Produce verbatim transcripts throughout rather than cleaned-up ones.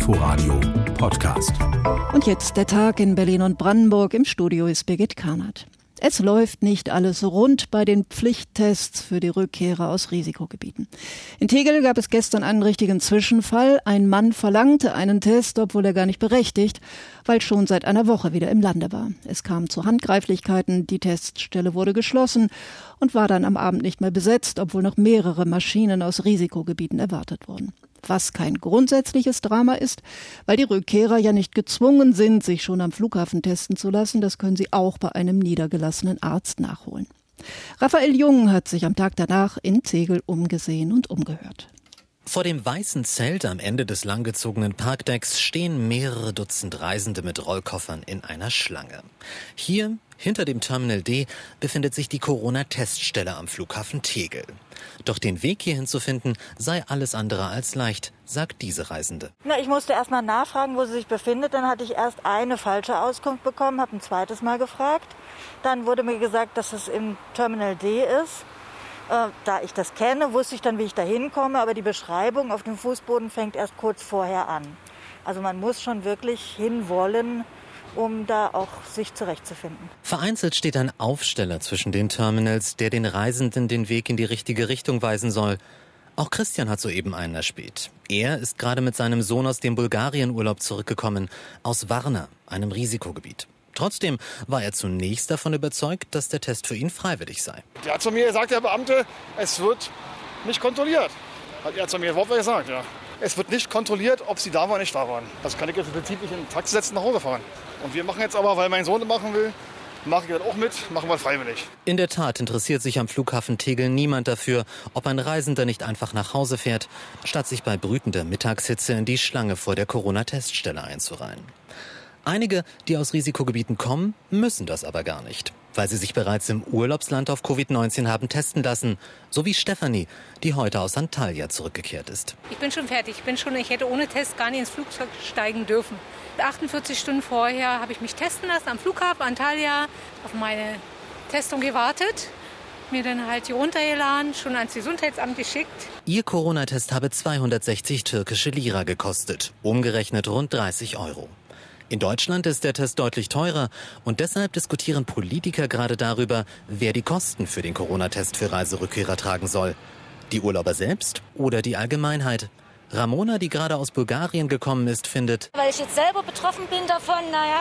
Inforadio Podcast. Und jetzt der Tag in Berlin und Brandenburg. Im Studio ist Birgit Kahnert. Es läuft nicht alles rund bei den Pflichttests für die Rückkehrer aus Risikogebieten. In Tegel gab es gestern einen richtigen Zwischenfall. Ein Mann verlangte einen Test, obwohl er gar nicht berechtigt, weil schon seit einer Woche wieder im Lande war. Es kam zu Handgreiflichkeiten, die Teststelle wurde geschlossen und war dann am Abend nicht mehr besetzt, obwohl noch mehrere Maschinen aus Risikogebieten erwartet wurden. Was kein grundsätzliches Drama ist, weil die Rückkehrer ja nicht gezwungen sind, sich schon am Flughafen testen zu lassen. Das können sie auch bei einem niedergelassenen Arzt nachholen. Raphael Jung hat sich am Tag danach in Tegel umgesehen und umgehört. Vor dem weißen Zelt am Ende des langgezogenen Parkdecks stehen mehrere Dutzend Reisende mit Rollkoffern in einer Schlange. Hier, hinter dem Terminal D, befindet sich die Corona-Teststelle am Flughafen Tegel. Doch den Weg hierhin zu finden, sei alles andere als leicht, sagt diese Reisende. Na, ich musste erst mal nachfragen, wo sie sich befindet. Dann hatte ich erst eine falsche Auskunft bekommen, habe ein zweites Mal gefragt. Dann wurde mir gesagt, dass es im Terminal D ist. Äh, da ich das kenne, wusste ich dann, wie ich da hinkomme. Aber die Beschreibung auf dem Fußboden fängt erst kurz vorher an. Also man muss schon wirklich hinwollen, um da auch sich zurechtzufinden. Vereinzelt steht ein Aufsteller zwischen den Terminals, der den Reisenden den Weg in die richtige Richtung weisen soll. Auch Christian hat soeben einen erspäht. Er ist gerade mit seinem Sohn aus dem Bulgarien-Urlaub zurückgekommen, aus Varna, einem Risikogebiet. Trotzdem war er zunächst davon überzeugt, dass der Test für ihn freiwillig sei. Der hat zu mir gesagt, der Beamte, es wird nicht kontrolliert. Hat er zu mir wortwörtlich gesagt, ja. Es wird nicht kontrolliert, ob sie da waren oder nicht da waren. Das kann ich jetzt im Prinzip nicht in ein Taxi setzen, nach Hause fahren. Und wir machen jetzt aber, weil mein Sohn das machen will, mache ich das auch mit, machen wir freiwillig. In der Tat interessiert sich am Flughafen Tegel niemand dafür, ob ein Reisender nicht einfach nach Hause fährt, statt sich bei brütender Mittagshitze in die Schlange vor der Corona-Teststelle einzureihen. Einige, die aus Risikogebieten kommen, müssen das aber gar nicht, weil sie sich bereits im Urlaubsland auf Covid neunzehn haben testen lassen, so wie Stefanie, die heute aus Antalya zurückgekehrt ist. Ich bin schon fertig, ich bin schon, ich hätte ohne Test gar nicht ins Flugzeug steigen dürfen. achtundvierzig Stunden vorher habe ich mich testen lassen am Flughafen Antalya, auf meine Testung gewartet, mir dann halt hier runtergeladen, schon ans Gesundheitsamt geschickt. Ihr Corona-Test habe zweihundertsechzig türkische Lira gekostet, umgerechnet rund dreißig Euro. In Deutschland ist der Test deutlich teurer und deshalb diskutieren Politiker gerade darüber, wer die Kosten für den Corona-Test für Reiserückkehrer tragen soll. Die Urlauber selbst oder die Allgemeinheit? Ramona, die gerade aus Bulgarien gekommen ist, findet: Weil ich jetzt selber betroffen bin davon, naja,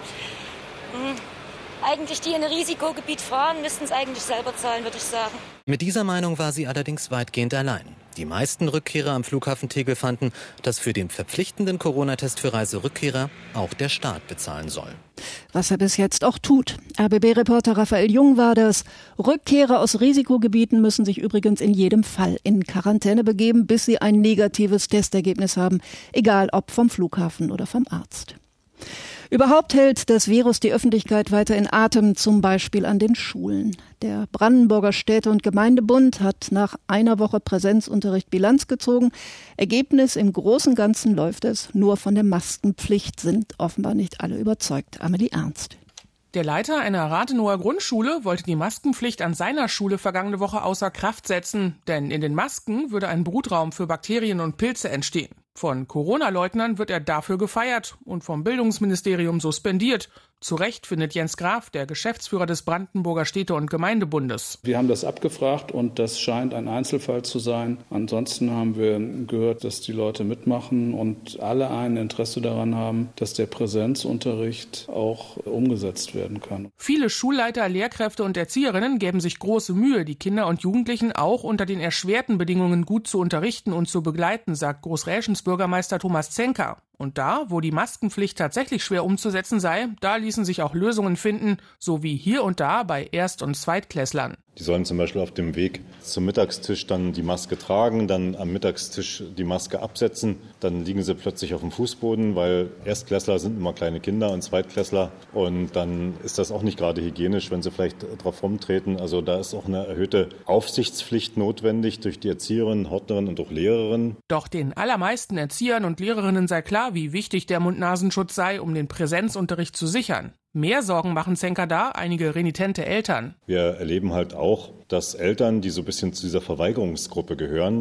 eigentlich die in ein Risikogebiet fahren, müssten es eigentlich selber zahlen, würde ich sagen. Mit dieser Meinung war sie allerdings weitgehend allein. Die meisten Rückkehrer am Flughafen Tegel fanden, dass für den verpflichtenden Corona-Test für Reiserückkehrer auch der Staat bezahlen soll. Was er bis jetzt auch tut. R B B-Reporter Raphael Jung war das. Rückkehrer aus Risikogebieten müssen sich übrigens in jedem Fall in Quarantäne begeben, bis sie ein negatives Testergebnis haben, egal ob vom Flughafen oder vom Arzt. Überhaupt hält das Virus die Öffentlichkeit weiter in Atem, zum Beispiel an den Schulen. Der Brandenburger Städte- und Gemeindebund hat nach einer Woche Präsenzunterricht Bilanz gezogen. Ergebnis: im Großen und Ganzen läuft es. Nur von der Maskenpflicht sind offenbar nicht alle überzeugt. Amelie Ernst. Der Leiter einer Rathenower Grundschule wollte die Maskenpflicht an seiner Schule vergangene Woche außer Kraft setzen. Denn in den Masken würde ein Brutraum für Bakterien und Pilze entstehen. Von Corona-Leugnern wird er dafür gefeiert und vom Bildungsministerium suspendiert. Zu Recht, findet Jens Graf, der Geschäftsführer des Brandenburger Städte- und Gemeindebundes. Wir haben das abgefragt und das scheint ein Einzelfall zu sein. Ansonsten haben wir gehört, dass die Leute mitmachen und alle ein Interesse daran haben, dass der Präsenzunterricht auch umgesetzt werden kann. Viele Schulleiter, Lehrkräfte und Erzieherinnen geben sich große Mühe, die Kinder und Jugendlichen auch unter den erschwerten Bedingungen gut zu unterrichten und zu begleiten, sagt Großräschens Bürgermeister Thomas Zenker. Und da, wo die Maskenpflicht tatsächlich schwer umzusetzen sei, da ließen sich auch Lösungen finden, so wie hier und da bei Erst- und Zweitklässlern. Die sollen zum Beispiel auf dem Weg zum Mittagstisch dann die Maske tragen, dann am Mittagstisch die Maske absetzen. Dann liegen sie plötzlich auf dem Fußboden, weil Erstklässler sind immer kleine Kinder und Zweitklässler. Und dann ist das auch nicht gerade hygienisch, wenn sie vielleicht drauf rumtreten. Also da ist auch eine erhöhte Aufsichtspflicht notwendig durch die Erzieherinnen, Hortnerinnen und auch Lehrerinnen. Doch den allermeisten Erziehern und Lehrerinnen sei klar, wie wichtig der Mund-Nasenschutz sei, um den Präsenzunterricht zu sichern. Mehr Sorgen machen Zenker da einige renitente Eltern. Wir erleben halt auch, dass Eltern, die so ein bisschen zu dieser Verweigerungsgruppe gehören,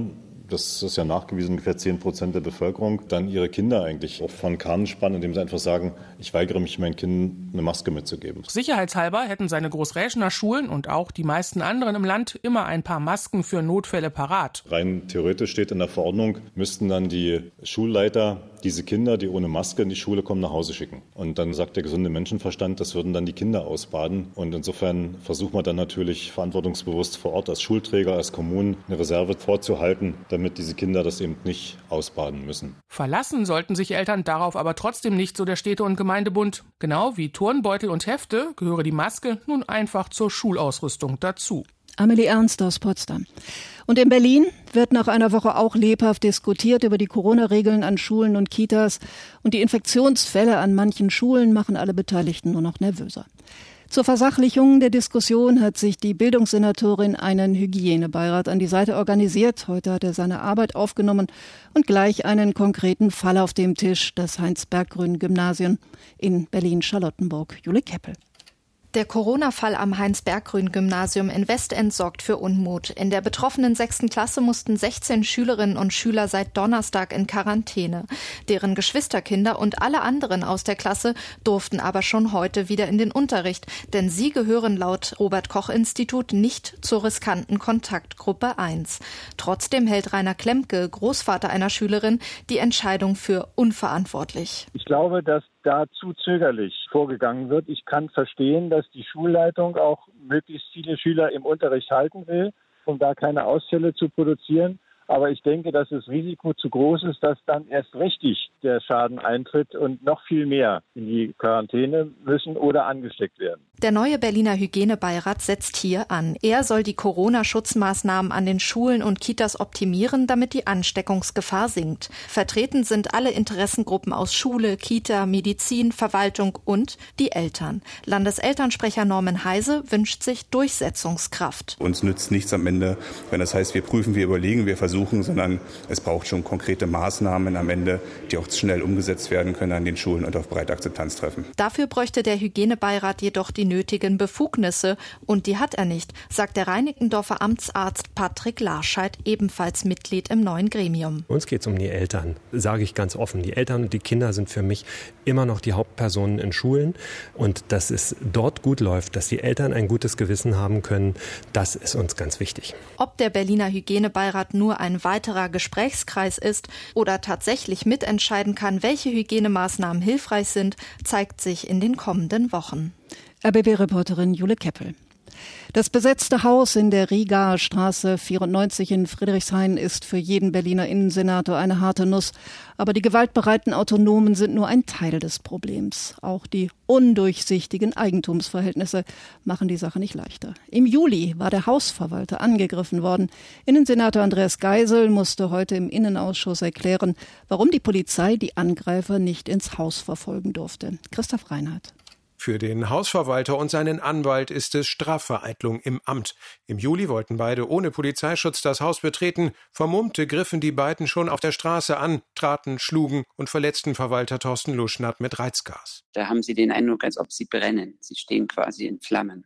das ist ja nachgewiesen, ungefähr zehn Prozent der Bevölkerung, dann ihre Kinder eigentlich auch von Kahn spannen, indem sie einfach sagen, ich weigere mich, meinem Kind eine Maske mitzugeben. Sicherheitshalber hätten seine Großräschener Schulen und auch die meisten anderen im Land immer ein paar Masken für Notfälle parat. Rein theoretisch steht in der Verordnung, müssten dann die Schulleiter diese Kinder, die ohne Maske in die Schule kommen, nach Hause schicken. Und dann sagt der gesunde Menschenverstand, das würden dann die Kinder ausbaden. Und insofern versucht man dann natürlich verantwortungsbewusst vor Ort als Schulträger, als Kommunen eine Reserve vorzuhalten, damit diese Kinder das eben nicht ausbaden müssen. Verlassen sollten sich Eltern darauf aber trotzdem nicht, so der Städte- und Gemeindebund. Genau wie Turnbeutel und Hefte gehöre die Maske nun einfach zur Schulausrüstung dazu. Amelie Ernst aus Potsdam. Und in Berlin wird nach einer Woche auch lebhaft diskutiert über die Corona-Regeln an Schulen und Kitas. Und die Infektionsfälle an manchen Schulen machen alle Beteiligten nur noch nervöser. Zur Versachlichung der Diskussion hat sich die Bildungssenatorin einen Hygienebeirat an die Seite organisiert. Heute hat er seine Arbeit aufgenommen und gleich einen konkreten Fall auf dem Tisch, das Heinz-Berggrün-Gymnasium in Berlin-Charlottenburg. Jule Keppel. Der Corona-Fall am Heinz-Berggrün-Gymnasium in Westend sorgt für Unmut. In der betroffenen sechsten Klasse mussten sechzehn Schülerinnen und Schüler seit Donnerstag in Quarantäne. Deren Geschwisterkinder und alle anderen aus der Klasse durften aber schon heute wieder in den Unterricht, denn sie gehören laut Robert-Koch-Institut nicht zur riskanten Kontaktgruppe eins. Trotzdem hält Rainer Klemke, Großvater einer Schülerin, die Entscheidung für unverantwortlich. Ich glaube, dass da zu zögerlich vorgegangen wird. Ich kann verstehen, dass die Schulleitung auch möglichst viele Schüler im Unterricht halten will, um da keine Ausfälle zu produzieren. Aber ich denke, dass das Risiko zu groß ist, dass dann erst richtig der Schaden eintritt und noch viel mehr in die Quarantäne müssen oder angesteckt werden. Der neue Berliner Hygienebeirat setzt hier an. Er soll die Corona-Schutzmaßnahmen an den Schulen und Kitas optimieren, damit die Ansteckungsgefahr sinkt. Vertreten sind alle Interessengruppen aus Schule, Kita, Medizin, Verwaltung und die Eltern. Landeselternsprecher Norman Heise wünscht sich Durchsetzungskraft. Uns nützt nichts am Ende, wenn das heißt, wir prüfen, wir überlegen, wir versuchen, sondern es braucht schon konkrete Maßnahmen am Ende, die auch schnell umgesetzt werden können an den Schulen und auf breite Akzeptanz treffen. Dafür bräuchte der Hygienebeirat jedoch die nötigen Befugnisse. Und die hat er nicht, sagt der Reinickendorfer Amtsarzt Patrick Larscheid, ebenfalls Mitglied im neuen Gremium. Uns geht es um die Eltern, sage ich ganz offen. Die Eltern und die Kinder sind für mich immer noch die Hauptpersonen in Schulen. Und dass es dort gut läuft, dass die Eltern ein gutes Gewissen haben können, das ist uns ganz wichtig. Ob der Berliner Hygienebeirat nur ein weiterer Gesprächskreis ist oder tatsächlich mitentscheiden kann, welche Hygienemaßnahmen hilfreich sind, zeigt sich in den kommenden Wochen. R B B-Reporterin Jule Keppel. Das besetzte Haus in der Riegaer Straße vierundneunzig in Friedrichshain ist für jeden Berliner Innensenator eine harte Nuss. Aber die gewaltbereiten Autonomen sind nur ein Teil des Problems. Auch die undurchsichtigen Eigentumsverhältnisse machen die Sache nicht leichter. Im Juli war der Hausverwalter angegriffen worden. Innensenator Andreas Geisel musste heute im Innenausschuss erklären, warum die Polizei die Angreifer nicht ins Haus verfolgen durfte. Christoph Reinhardt. Für den Hausverwalter und seinen Anwalt ist es Strafvereitlung im Amt. Im Juli wollten beide ohne Polizeischutz das Haus betreten. Vermummte griffen die beiden schon auf der Straße an, traten, schlugen und verletzten Verwalter Thorsten Luschnath mit Reizgas. Da haben sie den Eindruck, als ob sie brennen. Sie stehen quasi in Flammen.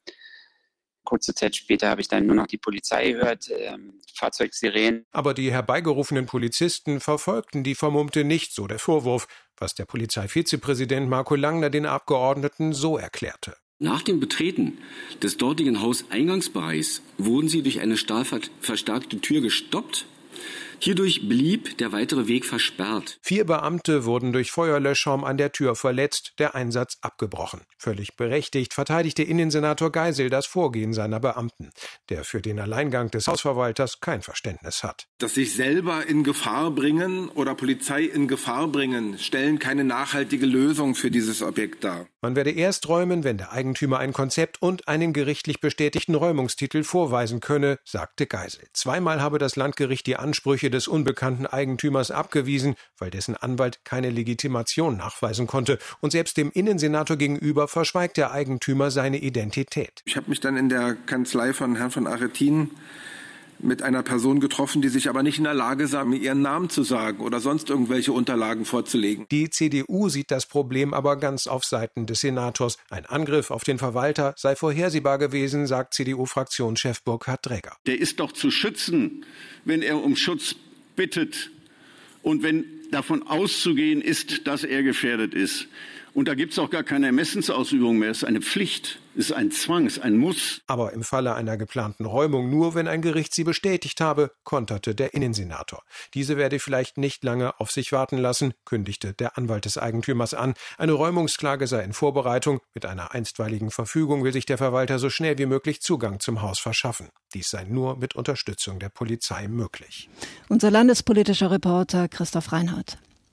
Kurze Zeit später habe ich dann nur noch die Polizei gehört, äh, Fahrzeugsirenen. Aber die herbeigerufenen Polizisten verfolgten die Vermummte nicht, so der Vorwurf, was der Polizeivizepräsident Marco Langner den Abgeordneten so erklärte. Nach dem Betreten des dortigen Hauseingangsbereichs wurden sie durch eine stahlverstärkte Tür gestoppt. Hierdurch blieb der weitere Weg versperrt. Vier Beamte wurden durch Feuerlöschschaum an der Tür verletzt, der Einsatz abgebrochen. Völlig berechtigt verteidigte Innensenator Geisel das Vorgehen seiner Beamten, der für den Alleingang des Hausverwalters kein Verständnis hat. Das sich selber in Gefahr bringen oder Polizei in Gefahr bringen, stellen keine nachhaltige Lösung für dieses Objekt dar. Man werde erst räumen, wenn der Eigentümer ein Konzept und einen gerichtlich bestätigten Räumungstitel vorweisen könne, sagte Geisel. Zweimal habe das Landgericht die Ansprüche des unbekannten Eigentümers abgewiesen, weil dessen Anwalt keine Legitimation nachweisen konnte. Und selbst dem Innensenator gegenüber verschweigt der Eigentümer seine Identität. Ich habe mich dann in der Kanzlei von Herrn von Aretin mit einer Person getroffen, die sich aber nicht in der Lage sah, mir ihren Namen zu sagen oder sonst irgendwelche Unterlagen vorzulegen. Die C D U sieht das Problem aber ganz auf Seiten des Senators. Ein Angriff auf den Verwalter sei vorhersehbar gewesen, sagt C D U-Fraktionschef Burkhard Dräger. Der ist doch zu schützen, wenn er um Schutz bittet und wenn davon auszugehen ist, dass er gefährdet ist. Und da gibt es auch gar keine Ermessensausübung mehr. Es ist eine Pflicht, es ist ein Zwang, es ist ein Muss. Aber im Falle einer geplanten Räumung nur, wenn ein Gericht sie bestätigt habe, konterte der Innensenator. Diese werde vielleicht nicht lange auf sich warten lassen, kündigte der Anwalt des Eigentümers an. Eine Räumungsklage sei in Vorbereitung. Mit einer einstweiligen Verfügung will sich der Verwalter so schnell wie möglich Zugang zum Haus verschaffen. Dies sei nur mit Unterstützung der Polizei möglich. Unser landespolitischer Reporter Christoph Reinhardt.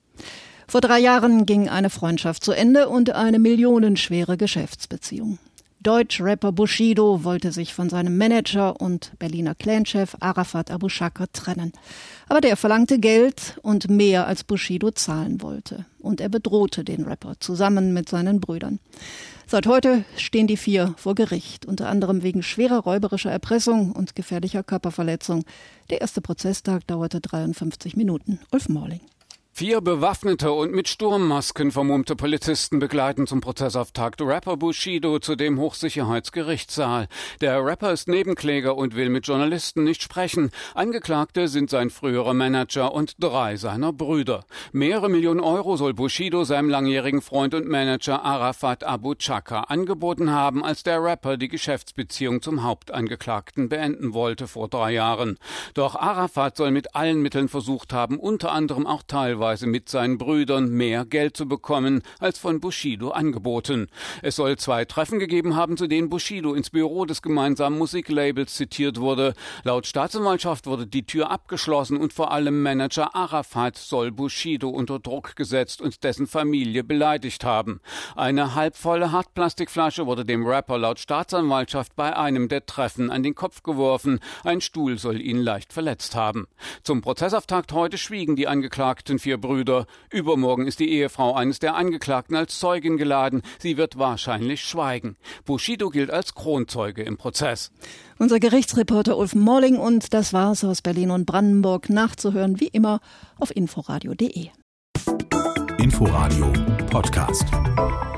Vor drei Jahren ging eine Freundschaft zu Ende und eine millionenschwere Geschäftsbeziehung. Deutsch-Rapper Bushido wollte sich von seinem Manager und Berliner Clanchef Arafat Abu Chaka trennen. Aber der verlangte Geld und mehr als Bushido zahlen wollte. Und er bedrohte den Rapper zusammen mit seinen Brüdern. Seit heute stehen die vier vor Gericht, unter anderem wegen schwerer räuberischer Erpressung und gefährlicher Körperverletzung. Der erste Prozesstag dauerte dreiundfünfzig Minuten. Ulf Morling. Vier bewaffnete und mit Sturmmasken vermummte Polizisten begleiten zum Prozessauftakt Rapper Bushido zu dem Hochsicherheitsgerichtssaal. Der Rapper ist Nebenkläger und will mit Journalisten nicht sprechen. Angeklagte sind sein früherer Manager und drei seiner Brüder. Mehrere Millionen Euro soll Bushido seinem langjährigen Freund und Manager Arafat Abu Chaka angeboten haben, als der Rapper die Geschäftsbeziehung zum Hauptangeklagten beenden wollte vor drei Jahren. Doch Arafat soll mit allen Mitteln versucht haben, unter anderem auch teilweise mit seinen Brüdern mehr Geld zu bekommen, als von Bushido angeboten. Es soll zwei Treffen gegeben haben, zu denen Bushido ins Büro des gemeinsamen Musiklabels zitiert wurde. Laut Staatsanwaltschaft wurde die Tür abgeschlossen und vor allem Manager Arafat soll Bushido unter Druck gesetzt und dessen Familie beleidigt haben. Eine halbvolle Hartplastikflasche wurde dem Rapper laut Staatsanwaltschaft bei einem der Treffen an den Kopf geworfen. Ein Stuhl soll ihn leicht verletzt haben. Zum Prozessauftakt heute schwiegen die Angeklagten vier Brüder. Übermorgen ist die Ehefrau eines der Angeklagten als Zeugin geladen. Sie wird wahrscheinlich schweigen. Bushido gilt als Kronzeuge im Prozess. Unser Gerichtsreporter Ulf Morling, und das war's aus Berlin und Brandenburg. Nachzuhören wie immer auf inforadio punkt de. Inforadio Podcast.